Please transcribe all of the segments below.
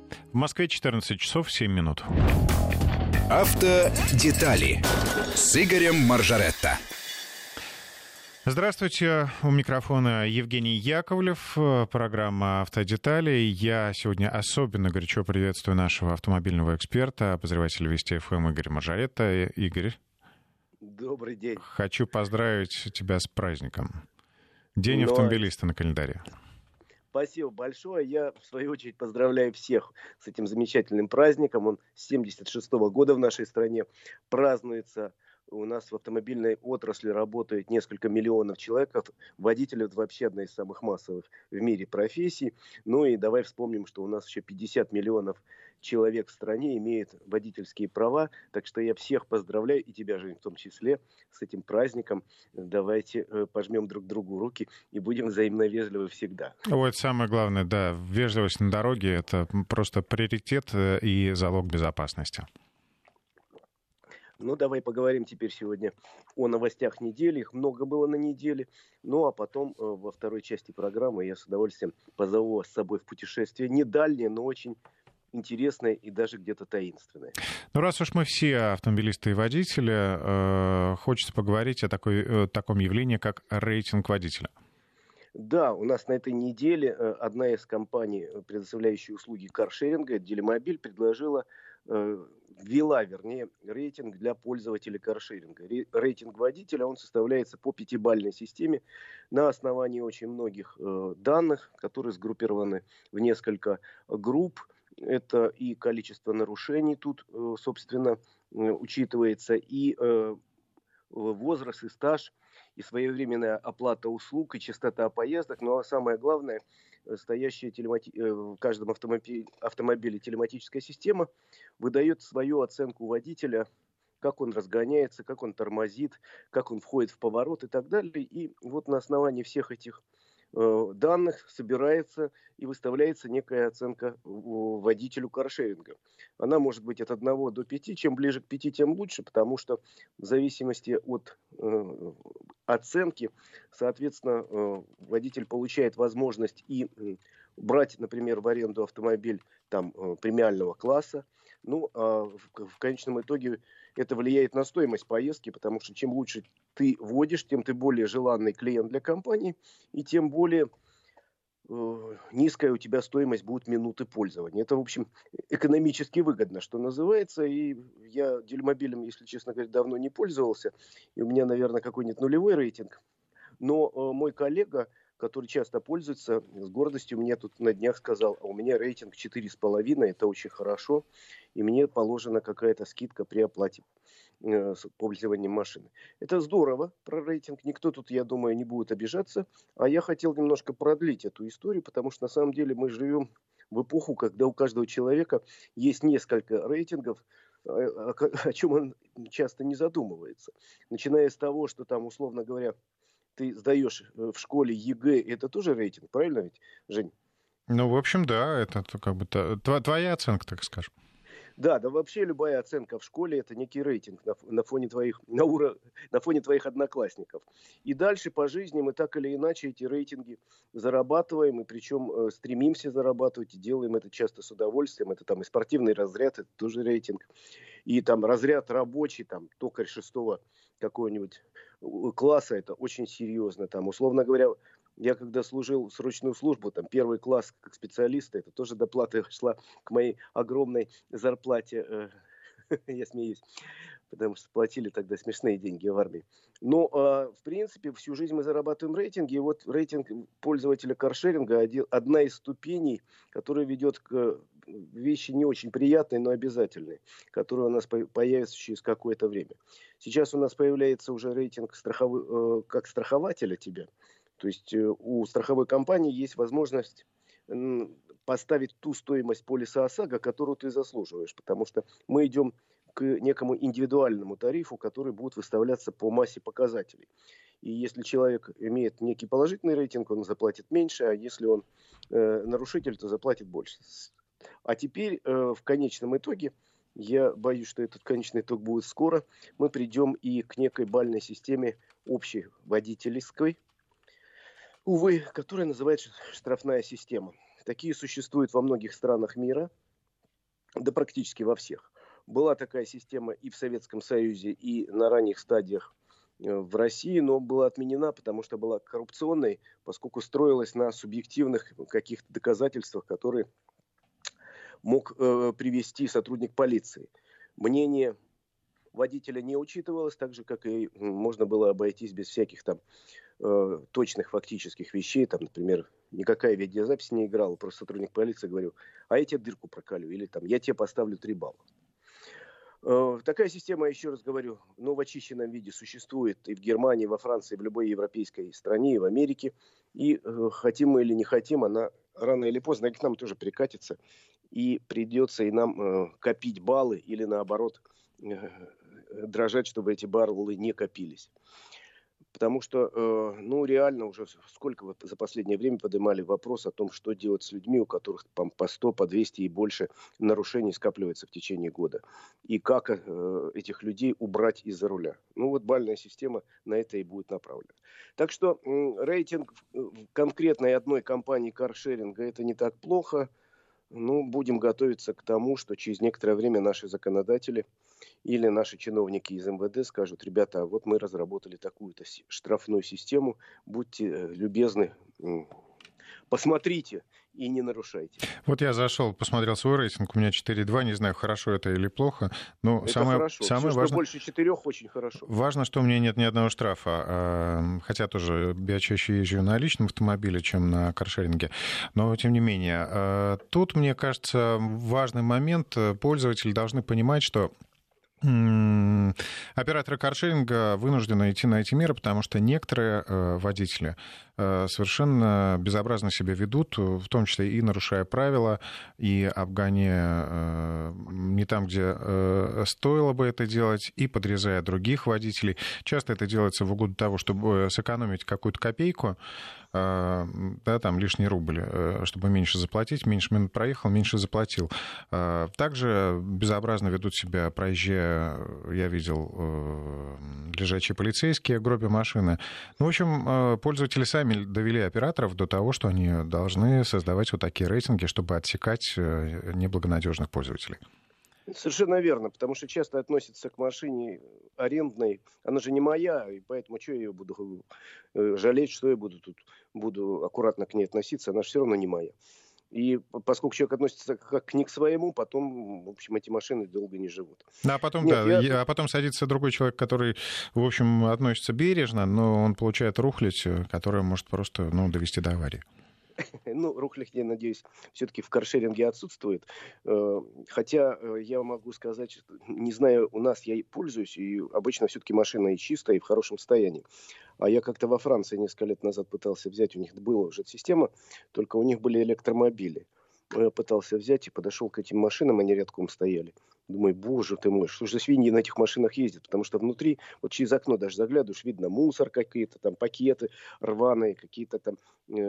В Москве 14 часов 7 минут. Автодетали с Игорем Маржаретто. Здравствуйте, у микрофона Евгений Яковлев, программа «Автодетали». Я сегодня особенно горячо приветствую нашего автомобильного эксперта, обозревателя Вести ФМ Игоря Маржаретто. Игорь. Добрый день. Хочу поздравить тебя с праздником. День автомобилиста на календаре. Спасибо большое. Я, в свою очередь, поздравляю всех с этим замечательным праздником. Он с 1976 года в нашей стране празднуется. У нас в автомобильной отрасли работает несколько миллионов человек. Водители — это вообще одна из самых массовых в мире профессий. Ну и давай вспомним, что у нас еще 50 миллионов человек в стране имеют водительские права. Так что я всех поздравляю, и тебя, Жень, в том числе, с этим праздником. Давайте пожмем друг другу руки и будем взаимно вежливы всегда. Вот самое главное, да, вежливость на дороге — это просто приоритет и залог безопасности. Ну, давай поговорим теперь сегодня о новостях недели. Их много было на неделе. Ну, а потом во второй части программы я с удовольствием позову вас с собой в путешествие. Не дальнее, но очень интересное и даже где-то таинственное. Ну, раз уж мы все автомобилисты и водители, хочется поговорить о таком явлении, как рейтинг водителя. Да, у нас на этой неделе одна из компаний, предоставляющих услуги каршеринга, Делимобиль, ввела рейтинг для пользователей каршеринга. Рейтинг водителя, он составляется по пятибалльной системе на основании очень многих данных, которые сгруппированы в несколько групп. Это и количество нарушений тут, собственно, учитывается, и возраст, и стаж, и своевременная оплата услуг, и частота поездок. Ну а самое главное, стоящая в каждом автомобиле телематическая система выдает свою оценку водителя, как он разгоняется, как он тормозит, как он входит в поворот и так далее. И вот на основании всех этих данных собирается и выставляется некая оценка водителю каршеринга. Она может быть от 1 до 5. Чем ближе к 5, тем лучше, потому что в зависимости от оценки, соответственно, водитель получает возможность и брать, например, в аренду автомобиль премиального класса. Ну, а в конечном итоге это влияет на стоимость поездки, потому что чем лучше ты водишь, тем ты более желанный клиент для компании, и тем более низкая у тебя стоимость будет минуты пользования. Это, в общем, экономически выгодно, что называется. И я Делимобилем, если честно говоря, давно не пользовался. И у меня, наверное, какой-нибудь нулевой рейтинг. Но мой коллега, который часто пользуется, с гордостью мне тут на днях сказал: а у меня рейтинг 4,5, это очень хорошо, и мне положена какая-то скидка при оплате с пользованием машины. Это здорово про рейтинг, никто тут, я думаю, не будет обижаться, а я хотел немножко продлить эту историю, потому что на самом деле мы живем в эпоху, когда у каждого человека есть несколько рейтингов, о чем он часто не задумывается. Начиная с того, что там, условно говоря, ты сдаешь в школе ЕГЭ, это тоже рейтинг, правильно ведь, Жень? Ну, в общем, да, это как бы твоя оценка, так скажем. Да, вообще любая оценка в школе — это некий рейтинг на фоне твоих одноклассников. И дальше по жизни мы так или иначе эти рейтинги зарабатываем, и причем стремимся зарабатывать, и делаем это часто с удовольствием. Это и спортивный разряд, это тоже рейтинг. И разряд рабочий, токарь 6 какого-нибудь класса, это очень серьезно. Условно говоря, я когда служил срочную службу, 1 класс как специалиста, это тоже доплата шла к моей огромной зарплате. Я смеюсь, потому что платили тогда смешные деньги в армии. Но, в принципе, всю жизнь мы зарабатываем рейтинги. И вот рейтинг пользователя каршеринга — одна из ступеней, которая ведет к вещи не очень приятные, но обязательные, которые у нас появятся через какое-то время. Сейчас у нас появляется уже рейтинг как страхователя тебя. То есть у страховой компании есть возможность поставить ту стоимость полиса ОСАГО, которую ты заслуживаешь. Потому что мы идем к некому индивидуальному тарифу, который будет выставляться по массе показателей. И если человек имеет некий положительный рейтинг, он заплатит меньше, а если он нарушитель, то заплатит больше. А теперь в конечном итоге, я боюсь, что этот конечный итог будет скоро, мы придем и к некой бальной системе общей водительской, увы, которая называется штрафная система. Такие существуют во многих странах мира. да практически во всех. Была такая система и в Советском Союзе, и на ранних стадиях в России, но была отменена, потому что была коррупционной, поскольку строилась на субъективных каких-то доказательствах, которые мог привести сотрудник полиции. Мнение водителя не учитывалось, так же, как и можно было обойтись без всяких там точных фактических вещей. Там, например, никакая видеозапись не играла, просто сотрудник полиции говорил: а я тебе дырку проколю, или там я тебе поставлю 3 балла. Такая система, еще раз говорю, но в очищенном виде существует и в Германии, и во Франции, и в любой европейской стране, и в Америке. И хотим мы или не хотим, она рано или поздно к нам тоже прикатится. И придется и нам копить баллы или наоборот дрожать, чтобы эти баллы не копились. Потому что, реально уже сколько вот за последнее время поднимали вопрос о том, что делать с людьми, у которых по 100, по 200 и больше нарушений скапливается в течение года. И как этих людей убрать из-за руля. Балльная система на это и будет направлена. Так что рейтинг конкретной одной компании каршеринга — это не так плохо. Будем готовиться к тому, что через некоторое время наши законодатели или наши чиновники из МВД скажут: ребята, а вот мы разработали такую-то штрафную систему, будьте любезны, посмотрите и не нарушайте. Вот я зашел, посмотрел свой рейтинг, у меня 4,2, не знаю, хорошо это или плохо, но это самое хорошо. Все, важное... что больше 4, очень хорошо. Важно, что у меня нет ни одного штрафа, хотя тоже я чаще езжу на личном автомобиле, чем на каршеринге, но тем не менее. Тут, мне кажется, важный момент: пользователи должны понимать, что операторы каршеринга вынуждены идти на эти меры, потому что некоторые водители совершенно безобразно себя ведут, в том числе и нарушая правила, и обгоняя не там, где стоило бы это делать, и подрезая других водителей. Часто это делается в угоду того, чтобы сэкономить какую-то копейку, там лишний рубль, чтобы меньше заплатить, меньше минут проехал, меньше заплатил. Также безобразно ведут себя, проезжая, я видел, лежачие полицейские, гробя машины. В общем, пользователи сами довели операторов до того, что они должны создавать вот такие рейтинги, чтобы отсекать неблагонадежных пользователей. Совершенно верно, потому что часто относятся к машине арендной. Она же не моя, и поэтому что я ее буду жалеть, что я буду аккуратно к ней относиться, она же все равно не моя. И поскольку человек относится как не к своему, потом, в общем, эти машины долго не живут. А потом садится другой человек, который, в общем, относится бережно, но он получает рухлядь, которая может просто довести до аварии. Рухлядь, я надеюсь, все-таки в каршеринге отсутствует. Хотя я могу сказать, что, не знаю, у нас я и пользуюсь, и обычно все-таки машина и чистая, и в хорошем состоянии. А я как-то во Франции несколько лет назад пытался взять, у них была уже система, только у них были электромобили. Я пытался взять и подошел к этим машинам, они рядком стояли. Думаю, боже ты мой, что же за свиньи на этих машинах ездят? Потому что внутри, вот через окно даже заглядываешь, видно мусор какие-то, там пакеты рваные, какие-то там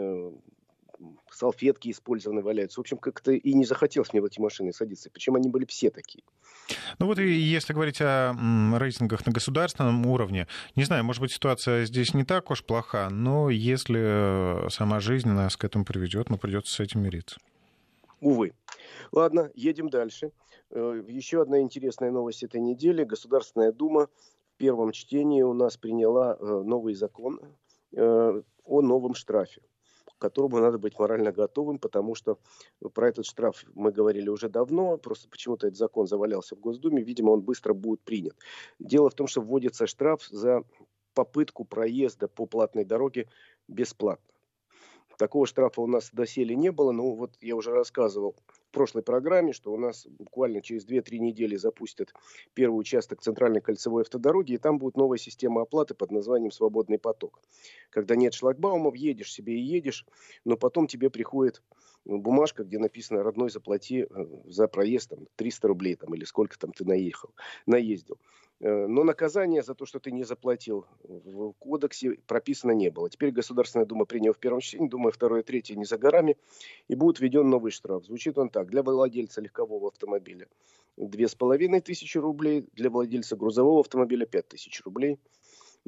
салфетки использованные валяются. В общем, как-то и не захотелось мне в эти машины садиться. Причем они были все такие. И если говорить о рейтингах на государственном уровне, не знаю, может быть, ситуация здесь не так уж плоха, но если сама жизнь нас к этому приведет, придется с этим мириться. Увы. Ладно, едем дальше. Еще одна интересная новость этой недели. Государственная Дума в первом чтении у нас приняла новый закон о новом штрафе, к которому надо быть морально готовым, потому что про этот штраф мы говорили уже давно, просто почему-то этот закон завалялся в Госдуме, видимо, он быстро будет принят. Дело в том, что вводится штраф за попытку проезда по платной дороге бесплатно. Такого штрафа у нас доселе не было, но я уже рассказывал в прошлой программе, что у нас буквально через 2-3 недели запустят первый участок центральной кольцевой автодороги, и там будет новая система оплаты под названием «Свободный поток». Когда нет шлагбаумов, едешь себе и едешь, но потом тебе приходит бумажка, где написано: родной, заплати за проезд 300 рублей или сколько ты наездил. Но наказания за то, что ты не заплатил, в кодексе прописано не было. Теперь Государственная Дума приняла в первом чтении, думаю, второе, третье не за горами, и будет введен новый штраф. Звучит он так: для владельца легкового автомобиля 2500 рублей, для владельца грузового автомобиля 5000 рублей.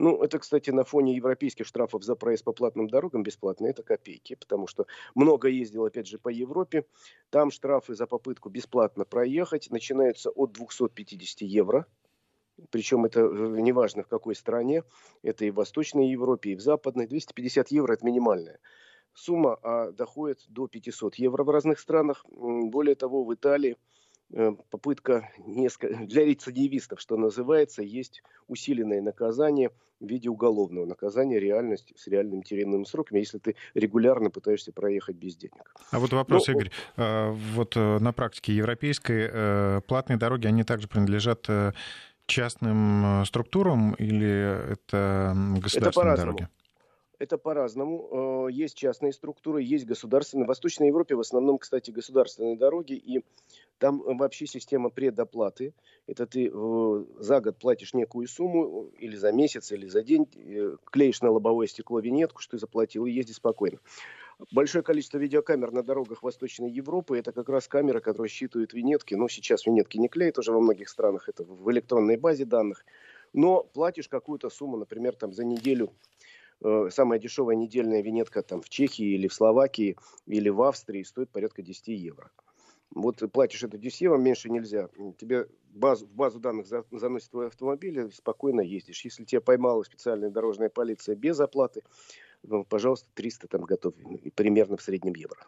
Ну, это, кстати, на фоне европейских штрафов за проезд по платным дорогам бесплатно, это копейки, потому что много ездил, опять же, по Европе. Там штрафы за попытку бесплатно проехать начинаются от 250 евро. Причем это неважно в какой стране, это и в Восточной Европе, и в Западной. 250 евро – это минимальная сумма, а доходит до 500 евро в разных странах. Более того, в Италии попытка для рецидивистов, что называется, есть усиленное наказание в виде уголовного наказания, реальность с реальными тюремными сроками, если ты регулярно пытаешься проехать без денег. А вот вопрос, Игорь. Вот на практике европейской платные дороги, они также принадлежат частным структурам или это государственные дороги? Это по-разному. Есть частные структуры, есть государственные. В Восточной Европе в основном, кстати, государственные дороги. И там вообще система предоплаты. Это ты за год платишь некую сумму, или за месяц, или за день, клеишь на лобовое стекло виньетку, что ты заплатил, и езди спокойно. Большое количество видеокамер на дорогах Восточной Европы – это как раз камеры, которые считывают виньетки. Но сейчас виньетки не клеят уже во многих странах, это в электронной базе данных. Но платишь какую-то сумму, например, там, за неделю. Самая дешевая недельная виньетка там, в Чехии или в Словакии или в Австрии стоит порядка 10 евро. Вот платишь это 10 евро, меньше нельзя. Тебе в базу данных заносит твой автомобиль, и спокойно ездишь. Если тебя поймала специальная дорожная полиция без оплаты, ну, пожалуйста, 300 там готов, примерно в среднем евро.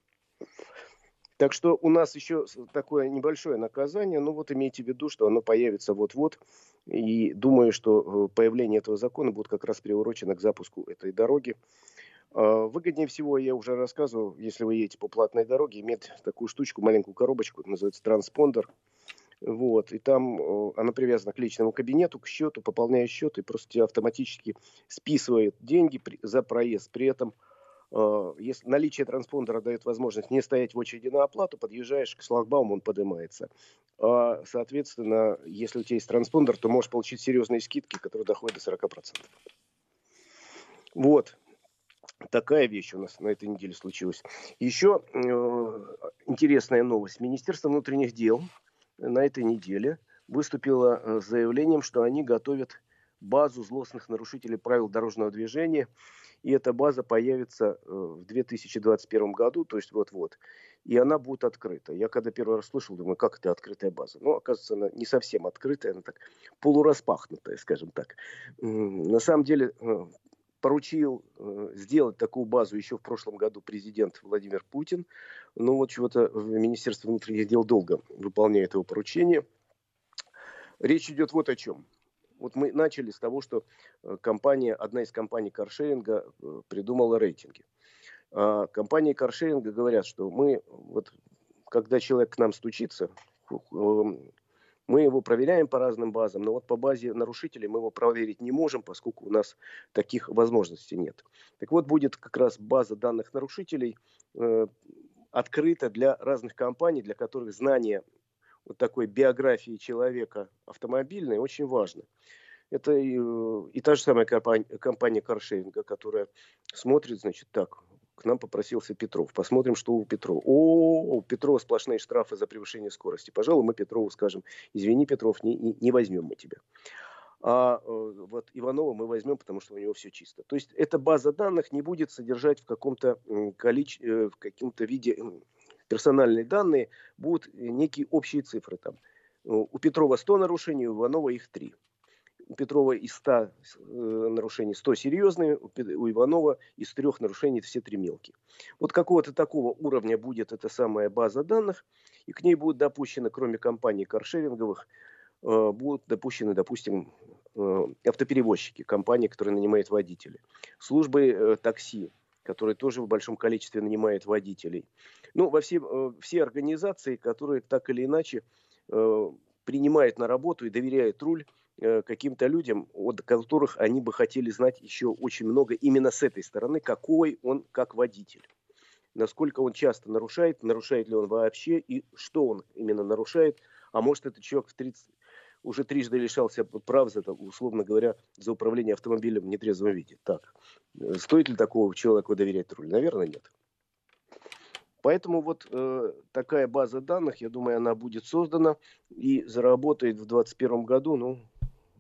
Так что у нас еще такое небольшое наказание, но вот имейте в виду, что оно появится вот-вот. И думаю, что появление этого закона будет как раз приурочено к запуску этой дороги. Выгоднее всего, я уже рассказывал, если вы едете по платной дороге, иметь такую штучку, маленькую коробочку, называется транспондер. Вот, и там она привязана к личному кабинету, к счету, пополняешь счет и просто тебе автоматически списывает деньги за проезд. При этом если наличие транспондера дает возможность не стоять в очереди на оплату, подъезжаешь к шлагбауму, он поднимается. Соответственно, если у тебя есть транспондер, то можешь получить серьезные скидки, которые доходят до 40%. Вот. Такая вещь у нас на этой неделе случилась. Еще интересная новость. Министерство внутренних дел на этой неделе выступило с заявлением, что они готовят базу злостных нарушителей правил дорожного движения. И эта база появится в 2021 году, то есть вот-вот. И она будет открыта. Я когда первый раз слышал, думаю, как это открытая база? Ну, оказывается, она не совсем открытая, она так полураспахнутая, скажем так. На самом деле, поручил сделать такую базу еще в прошлом году президент Владимир Путин. Но вот чего-то Министерство внутренних дел долго выполняет его поручение. Речь идет вот о чем. Вот мы начали с того, что одна из компаний каршеринга придумала рейтинги. Компании каршеринга говорят, что когда человек к нам стучится, мы его проверяем по разным базам, но вот по базе нарушителей мы его проверить не можем, поскольку у нас таких возможностей нет. Так вот, будет как раз база данных нарушителей открыта для разных компаний, для которых знание вот такой биографии человека автомобильной очень важно. Это и та же самая компания каршеринга, которая смотрит, значит, так, к нам попросился Петров. Посмотрим, что у Петрова. У Петрова сплошные штрафы за превышение скорости. Пожалуй, мы Петрову скажем, извини, Петров, не возьмем мы тебя. А вот Иванова мы возьмем, потому что у него все чисто. То есть эта база данных не будет содержать в каком-то виде персональные данные, будут некие общие цифры там. У Петрова 100 нарушений, у Иванова их 3. У Петрова из 100 нарушений 100 серьезные, у Иванова из 3 нарушений все 3 мелкие. Вот какого-то такого уровня будет эта самая база данных, и к ней будут допущены, кроме компаний каршеринговых, будут допущены, допустим, автоперевозчики, компании, которые нанимают водителей, службы такси, которые тоже в большом количестве нанимают водителей. Ну, все организации, которые так или иначе принимают на работу и доверяют руль каким-то людям, от которых они бы хотели знать еще очень много именно с этой стороны, какой он как водитель. Насколько он часто нарушает ли он вообще, и что он именно нарушает. А может, этот человек уже трижды лишался прав, условно говоря, за управление автомобилем в нетрезвом виде. Так, стоит ли такого человеку доверять руль? Наверное, нет. Поэтому вот такая база данных, я думаю, она будет создана и заработает в 2021 году,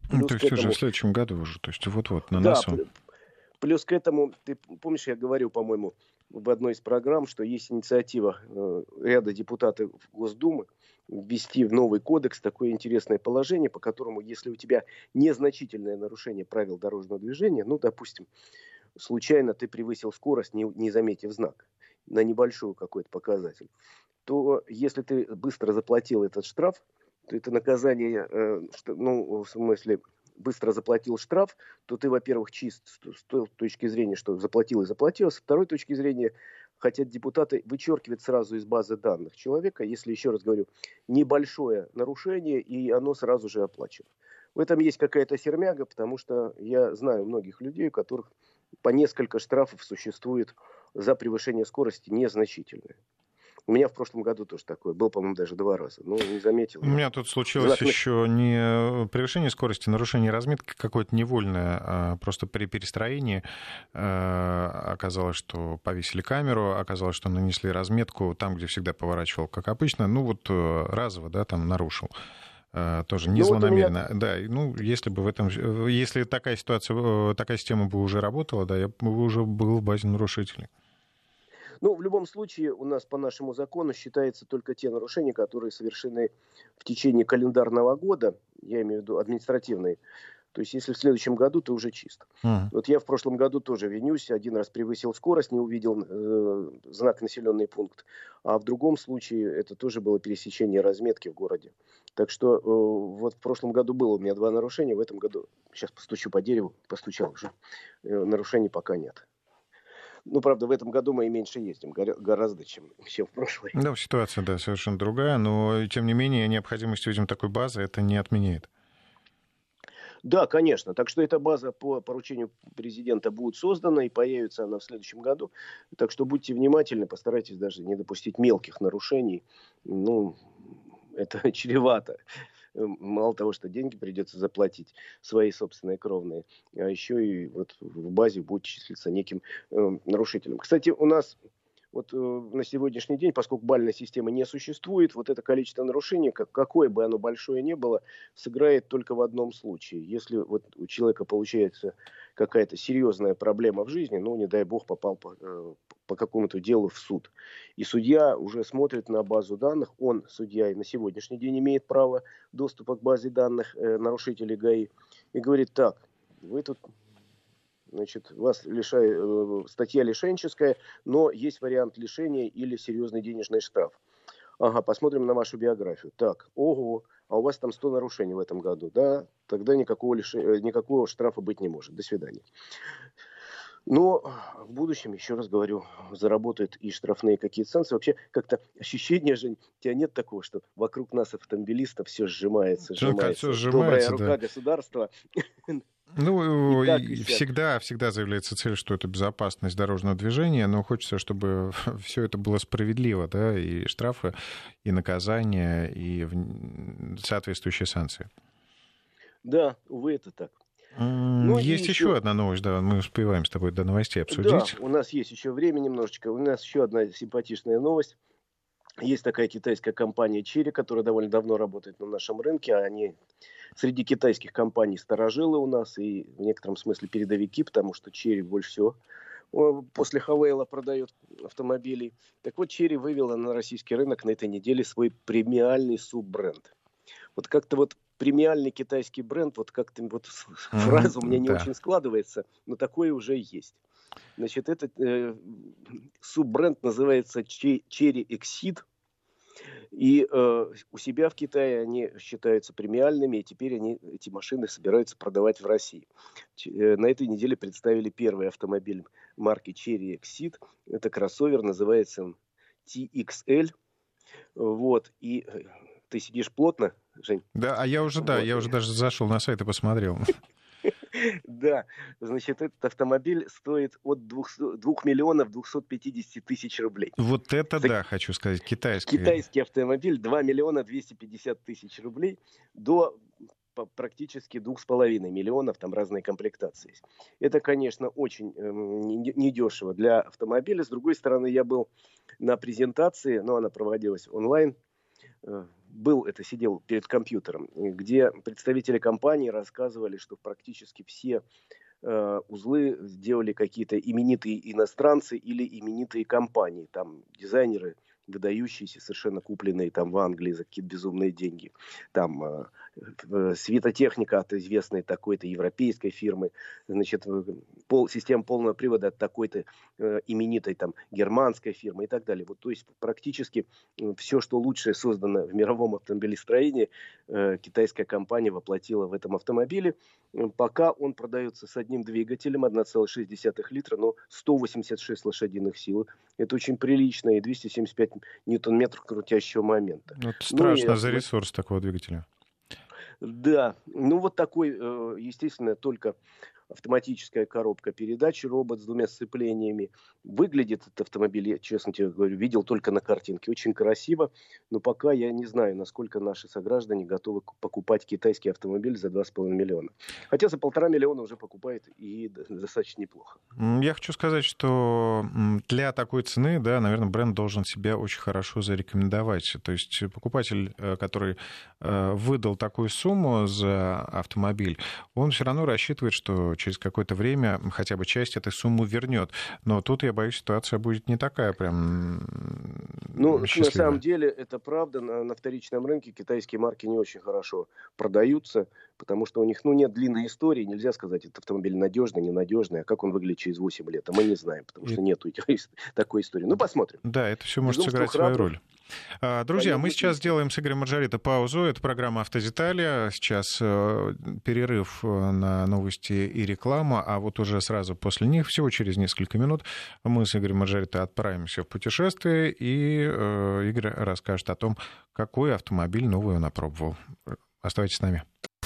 То есть уже в следующем году уже, то есть вот-вот на Да, носу. плюс к этому, ты помнишь, я говорил, по-моему, в одной из программ, что есть инициатива ряда депутатов Госдумы ввести в новый кодекс такое интересное положение, по которому, если у тебя незначительное нарушение правил дорожного движения, ну, допустим, случайно ты превысил скорость, не заметив знак, на небольшой какой-то показатель, то если ты быстро заплатил этот штраф, то это наказание, ну, в смысле, быстро заплатил штраф, то ты, во-первых, чист с той точки зрения, что заплатил и заплатил, а с второй точки зрения хотят депутаты вычеркивать сразу из базы данных человека, если, еще раз говорю, небольшое нарушение, и оно сразу же оплачено. В этом есть какая-то сермяга, потому что я знаю многих людей, у которых по несколько штрафов существует за превышение скорости незначительное. У меня в прошлом году тоже такое. Был, по-моему, даже 2 раза. Но не заметил. У меня тут случилось еще не превышение скорости, нарушение разметки какое-то невольное. Просто при перестроении оказалось, что повесили камеру, оказалось, что нанесли разметку там, где всегда поворачивал, как обычно. Ну вот разово, да, там нарушил. Тоже не злонамеренно. Вот да, ну, если бы в этом... Если такая ситуация, такая система бы уже работала, да, я бы уже был в базе нарушителей. Ну, в любом случае, у нас по нашему закону считаются только те нарушения, которые совершены в течение календарного года, я имею в виду административные. То есть, если в следующем году, ты уже чист. Вот я в прошлом году тоже винюсь, один раз превысил скорость, не увидел знак «Населенный пункт», а в другом случае это тоже было пересечение разметки в городе. Так что вот в прошлом году было у меня 2 нарушения, в этом году, сейчас постучу по дереву, постучал уже, нарушений пока нет. Ну, правда, в этом году мы и меньше ездим, гораздо, чем в прошлый. Да, ситуация, да, совершенно другая, но, тем не менее, необходимость, видимо, такой базы это не отменяет. Да, конечно. Так что эта база по поручению президента будет создана, и появится она в следующем году. Так что будьте внимательны, постарайтесь даже не допустить мелких нарушений. Ну, это чревато. Мало того, что деньги придется заплатить свои собственные кровные, а еще и вот в базе будет числиться неким нарушителем. Кстати, у нас вот на сегодняшний день, поскольку балльной системы не существует, вот это количество нарушений, какое бы оно большое ни было, сыграет только в одном случае. Если вот у человека получается какая-то серьезная проблема в жизни, ну, не дай бог, попал по какому-то делу в суд, и судья уже смотрит на базу данных, судья, и на сегодняшний день имеет право доступа к базе данных нарушителей ГАИ, и говорит: так, вы тут... Значит, вас статья лишенческая, но есть вариант лишения или серьезный денежный штраф. Ага, посмотрим на вашу биографию. Так, ого, а у вас там 100 нарушений в этом году. Да, тогда никакого штрафа быть не может. До свидания. Но в будущем, еще раз говорю, заработают и штрафные какие-то санкции. Вообще, как-то ощущение, Жень, у тебя нет такого, что вокруг нас, автомобилистов, все сжимается. Добрая рука государства. Ну, всегда заявляется цель, что это безопасность дорожного движения, но хочется, чтобы все это было справедливо, да, и штрафы, и наказания, и соответствующие санкции. Да, увы, это так. Есть еще одна новость, да, мы успеваем с тобой до новостей обсудить. Да, у нас есть еще время немножечко. У нас еще одна симпатичная новость. Есть такая китайская компания Chery, которая довольно давно работает на нашем рынке. Они среди китайских компаний старожилы у нас и в некотором смысле передовики, потому что Chery больше всего после Хавейла продает автомобилей. Так вот, Chery вывела на российский рынок на этой неделе свой премиальный суббренд. Вот как-то вот премиальный китайский бренд, вот как-то вот фраза у меня не очень складывается, но такое уже есть. Значит, этот суббренд называется Chery Exceed. И у себя в Китае они считаются премиальными, и теперь эти машины собираются продавать в России. На этой неделе представили первый автомобиль марки Chery Exceed. Это кроссовер, называется он TXL. Вот, и ты сидишь плотно, Жень? Да, я уже даже зашел на сайт и посмотрел. Да, значит, этот автомобиль стоит от 2 миллионов 250 тысяч рублей. Вот это да, хочу сказать, китайский. Китайский автомобиль 2 миллиона 250 тысяч рублей до практически 2,5 миллионов, там разные комплектации есть. Это, конечно, очень недешево для автомобиля. С другой стороны, я был на презентации, но она проводилась онлайн, сидел перед компьютером, где представители компании рассказывали, что практически все узлы сделали какие-то именитые иностранцы или именитые компании, там дизайнеры выдающиеся, совершенно купленные там в Англии за какие-то безумные деньги. Там светотехника от известной такой-то европейской фирмы, значит, система полного привода от такой-то именитой там германской фирмы и так далее. Вот, то есть практически все, что лучшее создано в мировом автомобилестроении, китайская компания воплотила в этом автомобиле. Пока он продается с одним двигателем, 1,6 литра, но 186 лошадиных сил. Это очень прилично, и 275 ньютон-метров крутящего момента. Вот страшно за ресурс такого двигателя. Да, вот такой, естественно, только автоматическая коробка передач, робот с 2 сцеплениями. Выглядит этот автомобиль, я честно тебе говорю, видел только на картинке. Очень красиво, но пока я не знаю, насколько наши сограждане готовы покупать китайский автомобиль за 2,5 миллиона. Хотя за 1,5 миллиона уже покупают и достаточно неплохо. Я хочу сказать, что для такой цены, да, наверное, бренд должен себя очень хорошо зарекомендовать. То есть покупатель, который выдал такую сумму за автомобиль, он все равно рассчитывает, что через какое-то время хотя бы часть этой суммы вернет. Но тут, я боюсь, ситуация будет не такая прям счастливая. На самом деле, это правда. На вторичном рынке китайские марки не очень хорошо продаются, потому что у них нет длинной истории. Нельзя сказать, этот автомобиль надежный, ненадежный, а как он выглядит через 8 лет. А мы не знаем, потому что нет такой истории. Посмотрим. Да, это все может сыграть свою роль. Друзья, мы сейчас сделаем с Игорем Маржарета паузу. Это программа «Автодетали». Сейчас перерыв на новости и рекламу, а вот уже сразу после них, всего через несколько минут, мы с Игорем Маржарета отправимся в путешествие, и Игорь расскажет о том, какой автомобиль новый он опробовал. Оставайтесь с нами.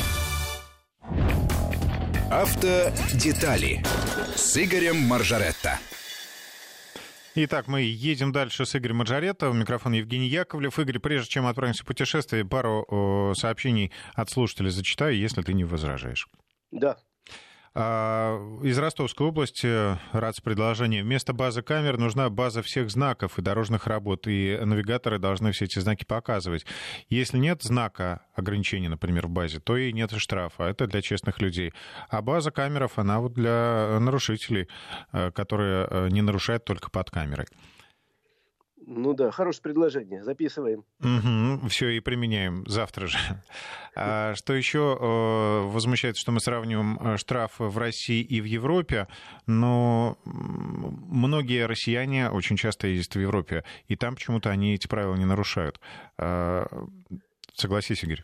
«Автодетали» с Игорем Маржаретто. Итак, мы едем дальше с Игорем Маржаретто. У микрофона Евгений Яковлев. Игорь, прежде чем отправимся в путешествие, пару сообщений от слушателей зачитаю, если ты не возражаешь. Да. Из Ростовской области рад с предложением. Вместо базы камер нужна база всех знаков и дорожных работ, и навигаторы должны все эти знаки показывать. Если нет знака ограничения, например, в базе, то и нет штрафа. Это для честных людей. А база камеров, она вот для нарушителей, которые не нарушают только под камерой. Хорошее предложение. Записываем. Все, и применяем завтра же. Что еще возмущает, что мы сравниваем штрафы в России и в Европе, но многие россияне очень часто ездят в Европе, и там почему-то они эти правила не нарушают. Согласись, Игорь.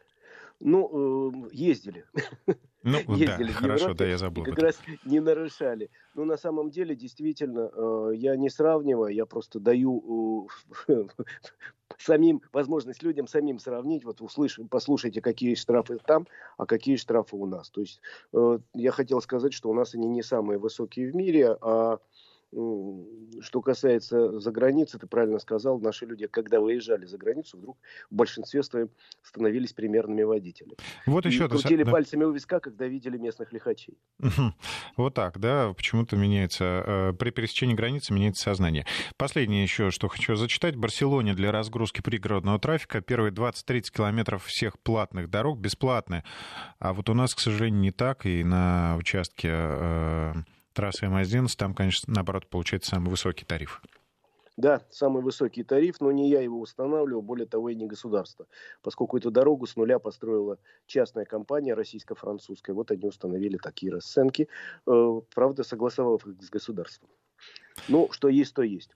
Ездили. Ездили в Европе, да, я забыл. И как раз не нарушали. На самом деле, действительно, я не сравниваю, я просто даю возможность людям самим сравнить. Вот послушайте, какие штрафы там, а какие штрафы у нас. То есть я хотел сказать, что у нас они не самые высокие в мире, а что касается за границы, ты правильно сказал, наши люди, когда выезжали за границу, вдруг в большинстве своем становились примерными водителями. Вот еще крутили пальцами у виска, когда видели местных лихачей. Вот так, да, почему-то меняется, при пересечении границы меняется сознание. Последнее еще, что хочу зачитать. В Барселоне для разгрузки пригородного трафика первые 20-30 километров всех платных дорог бесплатные. А вот у нас, к сожалению, не так, и на участке трассы М11, там, конечно, наоборот, получается самый высокий тариф. Да, самый высокий тариф, но не я его устанавливал, более того, и не государство. Поскольку эту дорогу с нуля построила частная компания российско-французская. Вот они установили такие расценки, правда, согласовав их с государством. Что есть, то есть.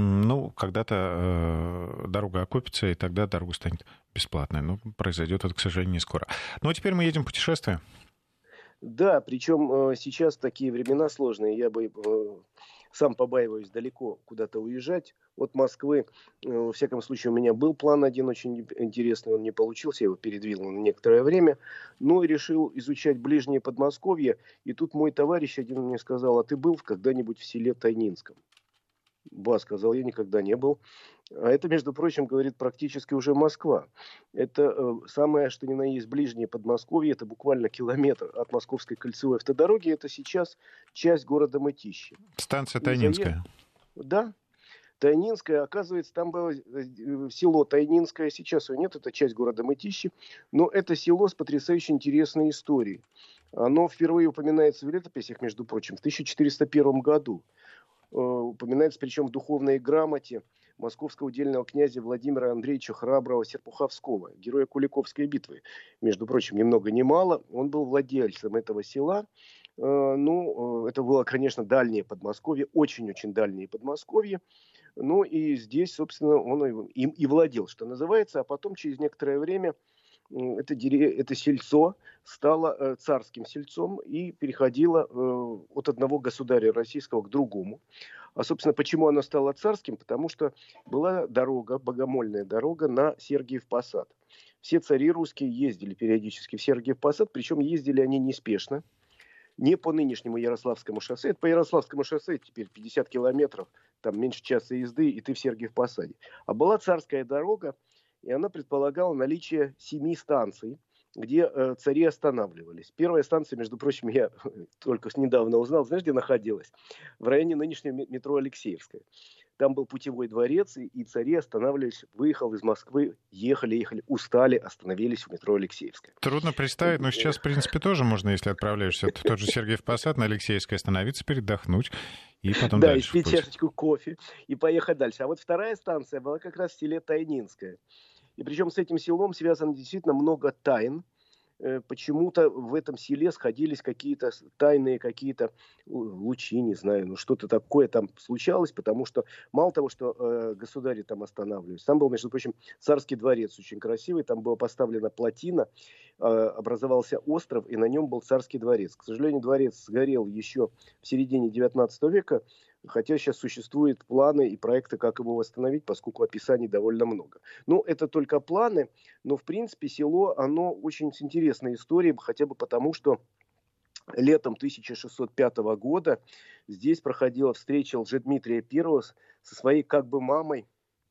Когда-то дорога окупится, и тогда дорога станет бесплатной. Но произойдет это, к сожалению, не скоро. А теперь мы едем в путешествие. Да, причем сейчас такие времена сложные, я бы сам побаиваюсь далеко куда-то уезжать от Москвы. Во всяком случае, у меня был план один очень интересный, он не получился, я его передвинул на некоторое время, но решил изучать ближнее Подмосковье. И тут мой товарищ один мне сказал: а ты был когда-нибудь в селе Тайнинском? Сказал, я никогда не был. А это, между прочим, говорит, практически уже Москва. Это самое, что ни на есть, ближнее Подмосковье. Это буквально километр от Московской кольцевой автодороги. Это сейчас часть города Мытищи. Станция Тайнинская. Да. Тайнинское, оказывается, там было село Тайнинское, сейчас его нет, это часть города Мытищи, но это село с потрясающе интересной историей. Оно впервые упоминается в летописях, между прочим, в 1401 году. Упоминается, причем в духовной грамоте московского удельного князя Владимира Андреевича Храброго Серпуховского, героя Куликовской битвы. Между прочим, ни много ни мало, он был владельцем этого села. Это было, конечно, дальнее Подмосковье, очень-очень дальнее Подмосковье. Ну и здесь, собственно, он им и владел, что называется. А потом, через некоторое время, это сельцо стало царским сельцом и переходило от одного государя российского к другому. А, собственно, почему оно стало царским? Потому что была дорога, богомольная дорога на Сергиев Посад. Все цари русские ездили периодически в Сергиев Посад, причем ездили они неспешно, не по нынешнему Ярославскому шоссе. Это по Ярославскому шоссе теперь 50 километров, там меньше часа езды, и ты в Сергиев Посаде. А была царская дорога, и она предполагала наличие 7 станций, где цари останавливались. Первая станция, между прочим, я только недавно узнал, знаешь, где находилась? В районе нынешнего метро Алексеевская. Там был путевой дворец, и цари останавливались, выехал из Москвы, ехали, устали, остановились в метро Алексеевская. Трудно представить, но сейчас, в принципе, тоже можно, если отправляешься в тот же Сергиев Посад на Алексеевской, остановиться, передохнуть и потом дальше. Да, и пить чашечку кофе и поехать дальше. А вот вторая станция была как раз в селе Тайнинское. И причем с этим селом связано действительно много тайн. Почему-то в этом селе сходились какие-то тайные какие-то лучи, не знаю, что-то такое там случалось, потому что мало того, что государи там останавливались, там был, между прочим, царский дворец очень красивый, там была поставлена плотина, образовался остров, и на нем был царский дворец. К сожалению, дворец сгорел еще в середине 19 века, хотя сейчас существуют планы и проекты, как его восстановить, поскольку описаний довольно много. Это только планы, но, в принципе, село, оно очень с интересной историей, хотя бы потому, что летом 1605 года здесь проходила встреча Лжедмитрия I со своей как бы мамой,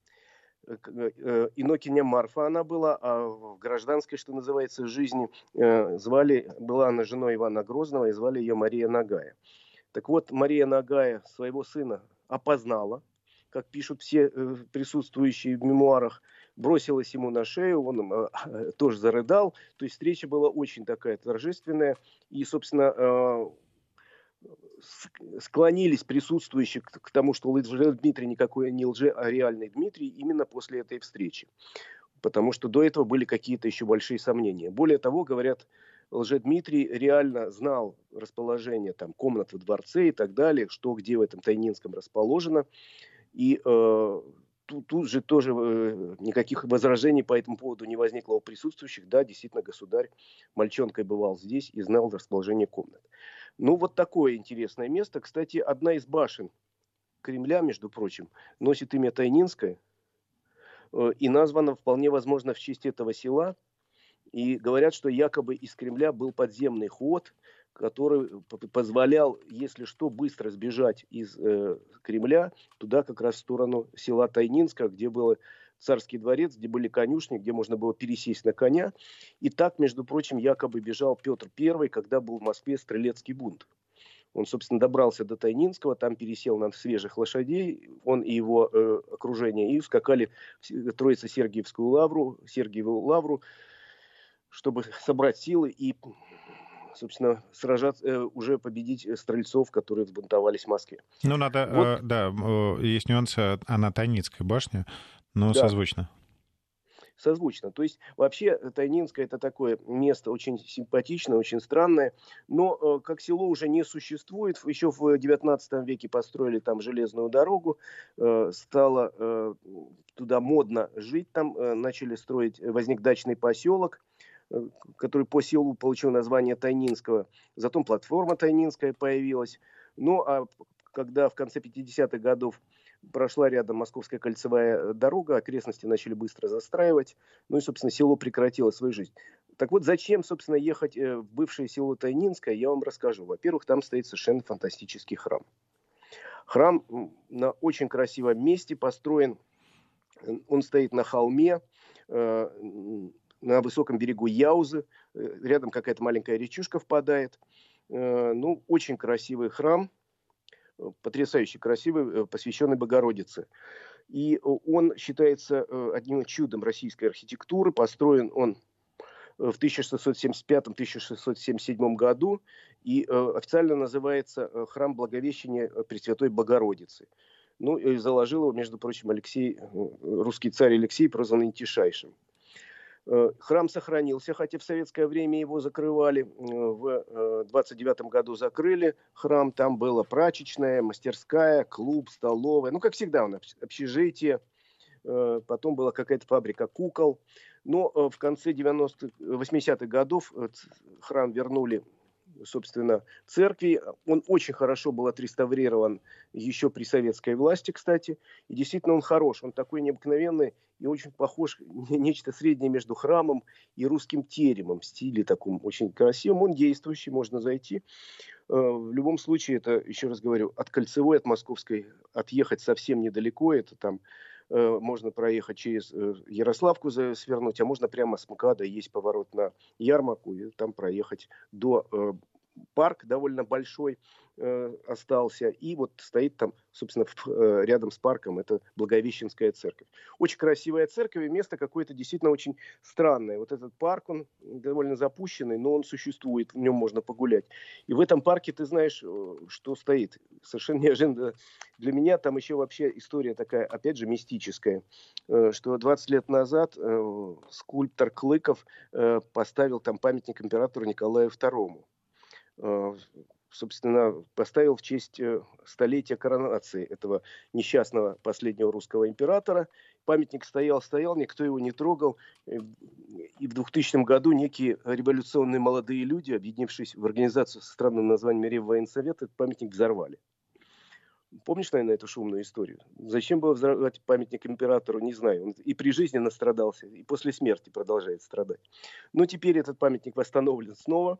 инокиня Марфа она была, а в гражданской, что называется, жизни была она женой Ивана Грозного и звали ее Мария Нагая. Так вот, Мария Нагая своего сына опознала, как пишут все присутствующие в мемуарах, бросилась ему на шею, он тоже зарыдал. То есть встреча была очень такая торжественная. И, собственно, склонились присутствующие к тому, что Лжедмитрий никакой не а реальный Дмитрий именно после этой встречи. Потому что до этого были какие-то еще большие сомнения. Более того, говорят, Лжедмитрий реально знал расположение там, комнат во дворце и так далее, что где в этом Тайнинском расположено. И тут же тоже никаких возражений по этому поводу не возникло у присутствующих. Да, действительно, государь мальчонкой бывал здесь и знал расположение комнат. Вот такое интересное место. Кстати, одна из башен Кремля, между прочим, носит имя Тайнинское. И названа вполне возможно в честь этого села. И говорят, что якобы из Кремля был подземный ход, который позволял, если что, быстро сбежать из Кремля туда, как раз в сторону села Тайнинска, где был царский дворец, где были конюшни, где можно было пересесть на коня. И так, между прочим, якобы бежал Петр I, когда был в Москве стрелецкий бунт. Он, собственно, добрался до Тайнинского, там пересел на свежих лошадей, он и его окружение, и ускакали в Троице-Сергиевскую лавру, чтобы собрать силы и, собственно, сражаться, уже победить стрельцов, которые взбунтовались в Москве. Есть нюансы, она Тайницкая башня, но да. созвучно. Созвучно. То есть, вообще, Тайнинское — это такое место очень симпатичное, очень странное, но как село уже не существует. Еще в 19 веке построили там железную дорогу, стало туда модно жить, там начали строить, возник дачный поселок, который по селу получил название Тайнинского. Затем платформа Тайнинская появилась. А когда в конце 50-х годов прошла рядом Московская кольцевая дорога, окрестности начали быстро застраивать. И, собственно, село прекратило свою жизнь. Так вот, зачем, собственно, ехать в бывшее село Тайнинское, я вам расскажу. Во-первых, там стоит совершенно фантастический храм. Храм на очень красивом месте построен. Он стоит на холме, на высоком берегу Яузы, рядом какая-то маленькая речушка впадает. Очень красивый храм. потрясающе красивый, посвященный Богородице. И он считается одним чудом российской архитектуры. Построен он в 1675-1677 году и официально называется храм Благовещения Пресвятой Богородицы. Ну и заложил его, между прочим, русский царь Алексей, прозванный Тишайшим. Храм сохранился, хотя в советское время его закрывали. В 29 году закрыли храм. Там была прачечная, мастерская, клуб, столовая. Ну, как всегда, общежитие. Потом была какая-то фабрика кукол. Но в конце 80-х годов храм вернули, собственно, церкви. Он очень хорошо был отреставрирован еще при советской власти, кстати. И действительно он хорош. Он такой необыкновенный и очень похож на нечто среднее между храмом и русским теремом. В стиле таком очень красивом. Он действующий, можно зайти. В любом случае, это, еще раз говорю, от Кольцевой, от Московской отъехать совсем недалеко. Это там можно проехать через Ярославку, свернуть, а можно прямо с МКАДа, есть поворот на Ярмарку, и там проехать до парк довольно большой остался. И вот стоит там, собственно, рядом с парком, это Благовещенская церковь. Очень красивая церковь, и место какое-то действительно очень странное. Вот этот парк, он довольно запущенный, но он существует, в нем можно погулять. И в этом парке ты знаешь, что стоит. Совершенно неожиданно для меня. Там еще вообще история такая, опять же, мистическая. Что 20 лет назад скульптор Клыков поставил там памятник императору Николаю II. Собственно, поставил в честь столетия коронации этого несчастного последнего русского императора. Памятник стоял, никто его не трогал. И в 2000 году некие революционные молодые люди, объединившись в организацию со странным названием Реввоенсовет, этот памятник взорвали. Помнишь, наверное, эту шумную историю? Зачем было взорвать памятник императору, не знаю. Он и при жизни настрадался, и после смерти продолжает страдать. Но теперь этот памятник восстановлен снова.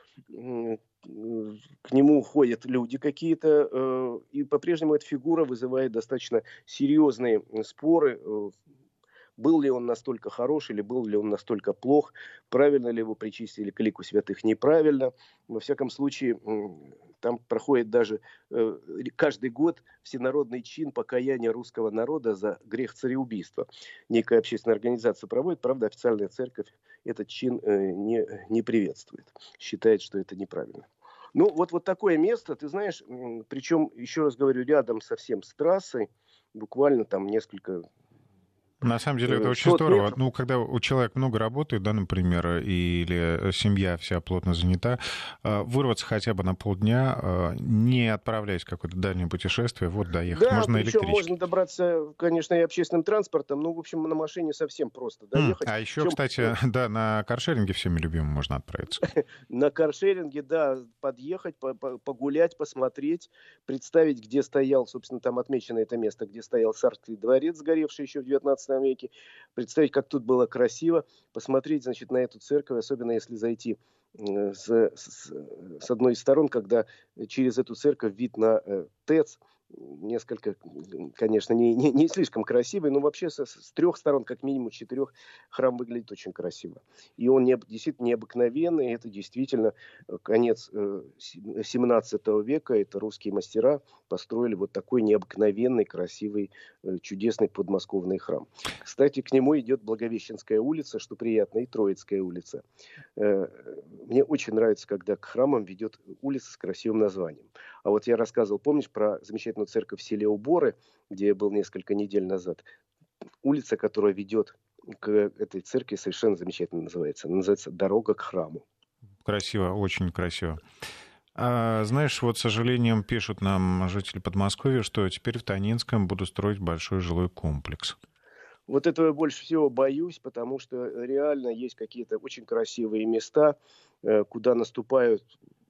К нему ходят люди какие-то, и по-прежнему эта фигура вызывает достаточно серьезные споры. Был ли он настолько хорош или был ли он настолько плох, правильно ли его причислили к лику святых, неправильно. Во всяком случае, там проходит даже каждый год всенародный чин покаяния русского народа за грех цареубийства. Некая общественная организация проводит, правда, официальная церковь этот чин не приветствует, считает, что это неправильно. Ну, вот такое место, ты знаешь, причем, еще раз говорю, рядом совсем с трассой, буквально там несколько... На самом деле это очень здорово. Метров. Ну, когда у человека много работает, да, например, или семья вся плотно занята, вырваться хотя бы на полдня, не отправляясь в какое-то дальнее путешествие, вот доехать. Да, можно на электричке. Можно добраться, конечно, и общественным транспортом, но, в общем, на машине совсем просто доехать. А еще, кстати, да, на каршеринге всеми любимым можно отправиться. На каршеринге, да, подъехать, погулять, посмотреть, представить, где стоял, собственно, там отмечено это место, где стоял Царский дворец, сгоревший еще в 19 веке, представить, как тут было красиво, посмотреть, значит, на эту церковь, особенно если зайти с одной из сторон, когда через эту церковь вид на ТЭЦ, несколько, конечно, не слишком красивый, но вообще с трех сторон, как минимум 4, храм выглядит очень красиво. И он действительно необыкновенный, это действительно конец 17 века, это русские мастера построили вот такой необыкновенный, красивый, чудесный подмосковный храм. Кстати, к нему идет Благовещенская улица, что приятно, и Троицкая улица. Мне очень нравится, когда к храмам ведет улица с красивым названием. А вот я рассказывал, помнишь, про замечательную церковь в селе Уборы, где я был несколько недель назад. Улица, которая ведет к этой церкви, совершенно замечательно называется. Она называется «Дорога к храму». Красиво, очень красиво. Знаешь, вот с сожалением пишут нам жители Подмосковья, что теперь в Танинском будут строить большой жилой комплекс. Вот этого я больше всего боюсь, потому что реально есть какие-то очень красивые места, куда наступают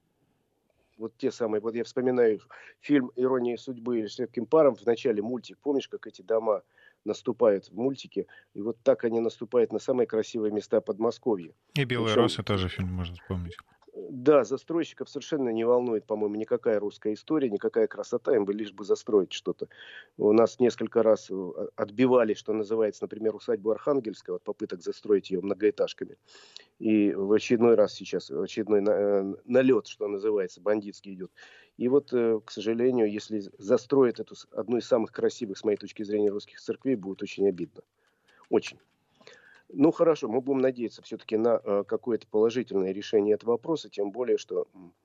вот те самые, вот я вспоминаю фильм «Ирония судьбы» с легким паром, в начале мультик, помнишь, как эти дома наступают в мультике, и вот так они наступают на самые красивые места Подмосковья. И «Белые росы» тоже фильм можно вспомнить. Да, застройщиков совершенно не волнует, по-моему, никакая русская история, никакая красота, им бы лишь бы застроить что-то. У нас несколько раз отбивали, что называется, например, усадьбу Архангельского от попыток застроить ее многоэтажками. И в очередной раз сейчас, очередной налет, что называется, бандитский идет. И вот, к сожалению, если застроят эту одну из самых красивых, с моей точки зрения, русских церквей, будет очень обидно. Очень. Ну хорошо, мы будем надеяться все-таки на какое-то положительное решение этого вопроса, тем более, что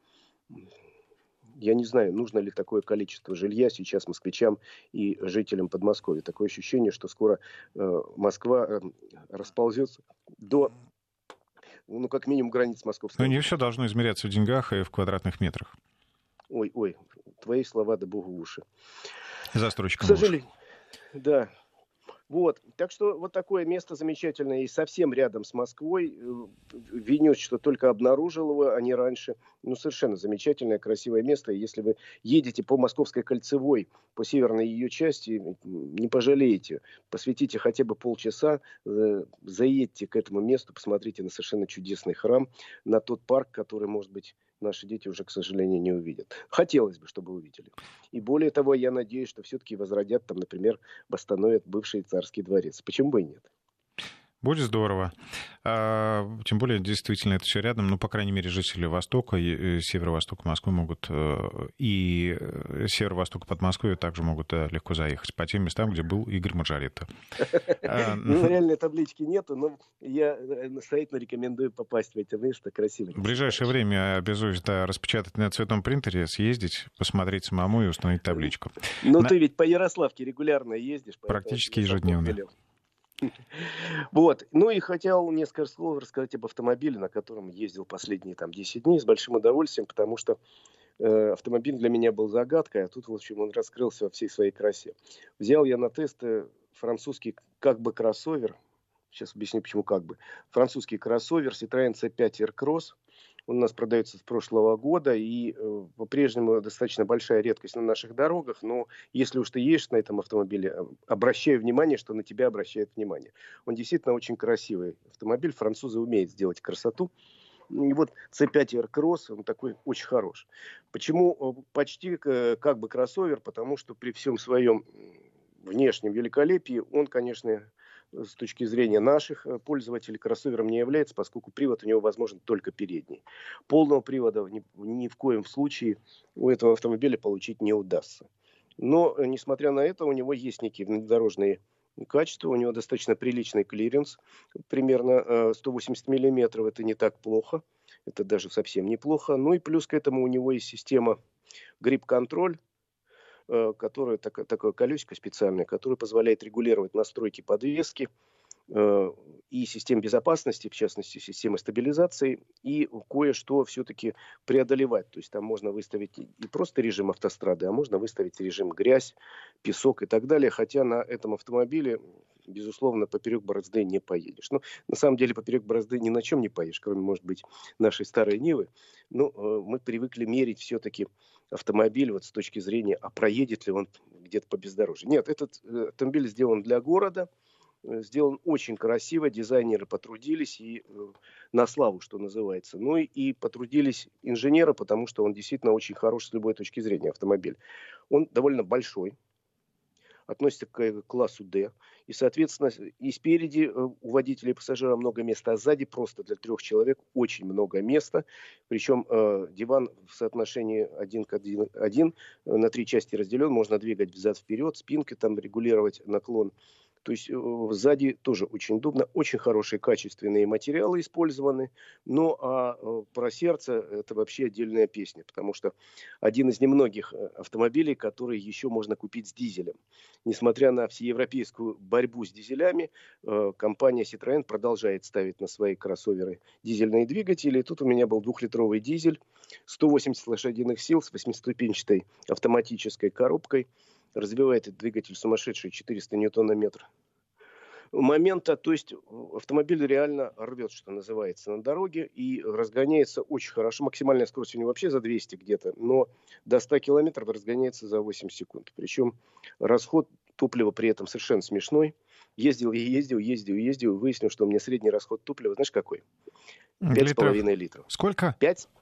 я не знаю, нужно ли такое количество жилья сейчас москвичам и жителям Подмосковья. Такое ощущение, что скоро Москва расползется до, ну, как минимум, границ Московской Но не области. все должно измеряться в деньгах и в квадратных метрах. Ой, твои слова, да богу в уши. Застройщикам К в уши. сожалению, да. Вот, так что вот такое место замечательное и совсем рядом с Москвой. Винюсь, что только обнаружил его, а не раньше. Ну, совершенно замечательное, красивое место. И если вы едете по Московской кольцевой, по северной ее части, не пожалеете. Посвятите хотя бы полчаса, заедьте к этому месту, посмотрите на совершенно чудесный храм, на тот парк, который, может быть, наши дети уже, к сожалению, не увидят. Хотелось бы, чтобы увидели. И более того, я надеюсь, что все-таки возродят там, например, восстановят бывший царский дворец. Почему бы и нет? Будет здорово. Тем более, действительно, это все рядом. Ну, по крайней мере, жители Востока и северо-востока Москвы могут, и северо-востока Подмосковья также могут легко заехать по тем местам, где был Игорь Маржаретта. Ну, реальной таблички нету, но я настоятельно рекомендую попасть в это место. Красиво. В ближайшее время обязуюсь распечатать на цветном принтере, съездить, посмотреть самому и установить табличку. Ну, ты ведь по Ярославке регулярно ездишь. Практически ежедневно. Вот. Ну и хотел несколько слов рассказать об автомобиле, на котором ездил последние 10 дней с большим удовольствием, потому что автомобиль для меня был загадкой, а тут, в общем, он раскрылся во всей своей красе. Взял я на тест французский как бы кроссовер, сейчас объясню, почему как бы, французский кроссовер Citroën C5 Aircross. Он у нас продается с прошлого года и по-прежнему достаточно большая редкость на наших дорогах. Но если уж ты едешь на этом автомобиле, обращай внимание, что на тебя обращают внимание. Он действительно очень красивый автомобиль. Французы умеют сделать красоту. И вот C5 Aircross, он такой очень хорош. Почему почти как бы кроссовер? Потому что при всем своем внешнем великолепии он, конечно, с точки зрения наших пользователей кроссовером не является, поскольку привод у него возможен только передний. Полного привода ни в коем случае у этого автомобиля получить не удастся. Но, несмотря на это, у него есть некие внедорожные качества, у него достаточно приличный клиренс, примерно 180 миллиметров, это не так плохо, это даже совсем неплохо. Ну и плюс к этому у него есть система грип-контроль, которая такое колесико специальное, которое позволяет регулировать настройки подвески и систем безопасности, в частности, системы стабилизации, и кое-что все-таки преодолевать. То есть там можно выставить и просто режим автострады, а можно выставить режим грязь, песок и так далее. Хотя на этом автомобиле, безусловно, поперек борозды не поедешь. Но на самом деле поперек борозды ни на чем не поедешь, кроме, может быть, нашей старой Нивы. Но мы привыкли мерить все-таки автомобиль вот с точки зрения, а проедет ли он где-то по бездорожью. Нет, этот автомобиль сделан для города, сделан очень красиво, дизайнеры потрудились и на славу, что называется. Ну и потрудились инженеры, потому что он действительно очень хорош с любой точки зрения автомобиль. Он довольно большой, относится к классу D. И, соответственно, и спереди у водителя и пассажира много места, а сзади просто для 3 человек очень много места. Причем диван в соотношении 1 к 1 на 3 части разделен. Можно двигать взад-вперед, спинкой там регулировать наклон. То есть сзади тоже очень удобно, очень хорошие качественные материалы использованы. Ну а про сердце это вообще отдельная песня, потому что один из немногих автомобилей, который еще можно купить с дизелем. Несмотря на всеевропейскую борьбу с дизелями, компания Citroën продолжает ставить на свои кроссоверы дизельные двигатели. И тут у меня был 2-литровый дизель, 180 лошадиных сил с 8-ступенчатой автоматической коробкой. Развивает этот двигатель сумасшедший 400 ньютон-метр. Момента, то есть автомобиль реально рвет, что называется, на дороге и разгоняется очень хорошо. Максимальная скорость у него вообще за 200 где-то, но до 100 километров разгоняется за 8 секунд. Причем расход топлива при этом совершенно смешной. Ездил, выяснил, что у меня средний расход топлива, знаешь, какой? 5,5 литров. Сколько?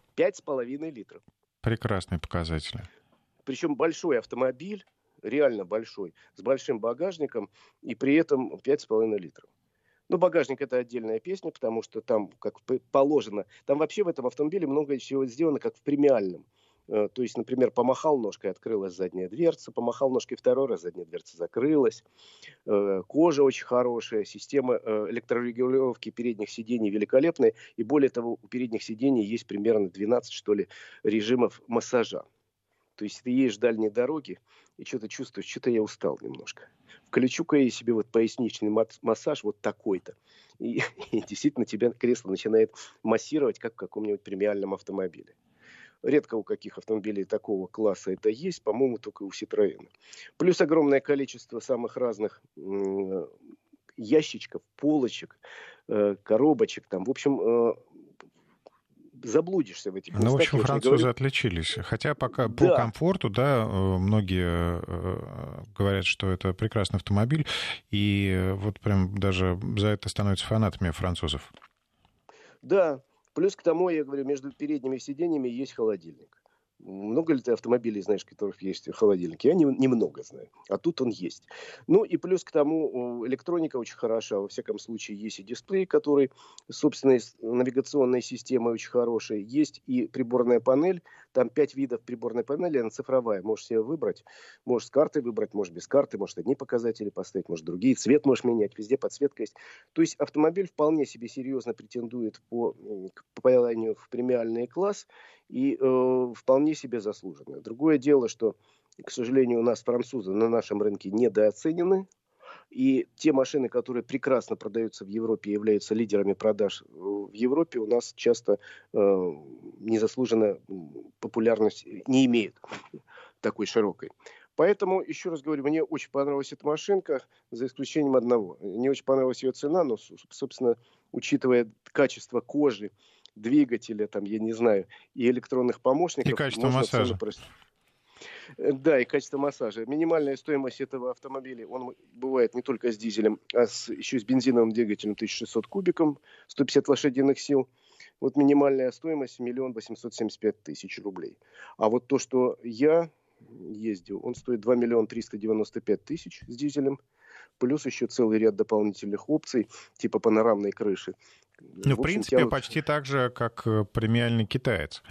5,5 литров. Прекрасные показатели. Причем большой автомобиль, реально большой, с большим багажником, и при этом 5,5 литров. Ну, багажник — это отдельная песня, потому что там, как положено, там вообще в этом автомобиле много чего сделано, как в премиальном. То есть, например, помахал ножкой, открылась задняя дверца, помахал ножкой второй раз, задняя дверца закрылась. Кожа очень хорошая, система электрорегулировки передних сидений великолепная. И более того, у передних сидений есть примерно 12, что ли, режимов массажа. То есть ты едешь в дальние дороги и что-то чувствуешь, что-то я устал немножко. Включу-ка я себе вот поясничный массаж вот такой-то. И действительно тебя кресло начинает массировать, как в каком-нибудь премиальном автомобиле. Редко у каких автомобилей такого класса это есть, по-моему, только у Citroёn. Плюс огромное количество самых разных ящичков, полочек, коробочек. Там. В общем, заблудишься в этих местах. Ну, в общем, французы отличились. Хотя пока по комфорту, да, многие говорят, что это прекрасный автомобиль, и вот прям даже за это становятся фанатами французов. Да. Плюс к тому, я говорю, между передними сиденьями есть холодильник. Много ли ты автомобилей знаешь, в которых есть холодильник? Я немного знаю, а тут он есть. Ну и плюс к тому, электроника очень хороша. Во всяком случае, есть и дисплей, который, собственно, навигационной системой очень хорошая. Есть и приборная панель. Там 5 видов приборной панели, она цифровая. Можешь себе выбрать. Можешь с картой выбрать, можешь без карты. Можешь одни показатели поставить, можешь другие. Цвет можешь менять, везде подсветка есть. То есть автомобиль вполне себе серьезно претендует по попаданию в премиальный класс. И вполне себе заслуженно. Другое дело, что, к сожалению, у нас французы на нашем рынке недооценены. И те машины, которые прекрасно продаются в Европе и являются лидерами продаж в Европе, у нас часто незаслуженно популярность не имеют такой широкой. Поэтому, еще раз говорю, мне очень понравилась эта машинка, за исключением одного. Не очень понравилась ее цена, но, собственно, учитывая качество кожи, двигателя, там, я не знаю, и электронных помощников. И качество массажа. Да, и качество массажа. Минимальная стоимость этого автомобиля, он бывает не только с дизелем, а еще с бензиновым двигателем 1600 кубиком, 150 лошадиных сил. Вот минимальная стоимость 1 875 000 рублей. А вот то, что я ездил, он стоит 2 395 000 с дизелем. Плюс еще целый ряд дополнительных опций, типа панорамной крыши. Ну, в принципе, почти так же, как премиальный китаец,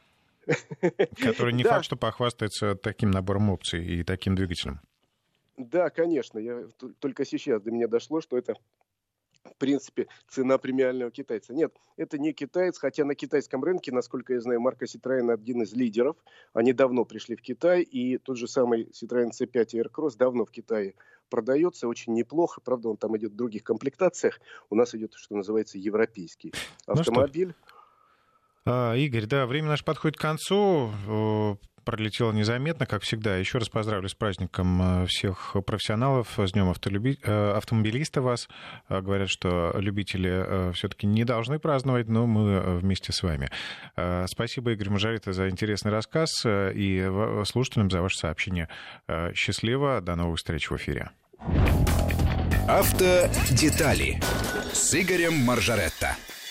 который не факт, что похвастается таким набором опций и таким двигателем. Да, конечно. Только сейчас до меня дошло, что это, в принципе, цена премиального китайца. Нет, это не китаец, хотя на китайском рынке, насколько я знаю, марка Citroёn один из лидеров. Они давно пришли в Китай, и тот же самый Citroёn C5 Aircross давно в Китае продается очень неплохо. Правда, он там идет в других комплектациях. У нас идет, что называется, европейский автомобиль. Игорь, да, время наше подходит к концу. Пролетело незаметно, как всегда. Еще раз поздравлю с праздником всех профессионалов, с Днем автомобилиста вас. Говорят, что любители все-таки не должны праздновать, но мы вместе с вами. Спасибо, Игорь Маржарета, за интересный рассказ и слушателям за ваше сообщение. Счастливо, до новых встреч в эфире. Автодетали с Игорем Маржаретто.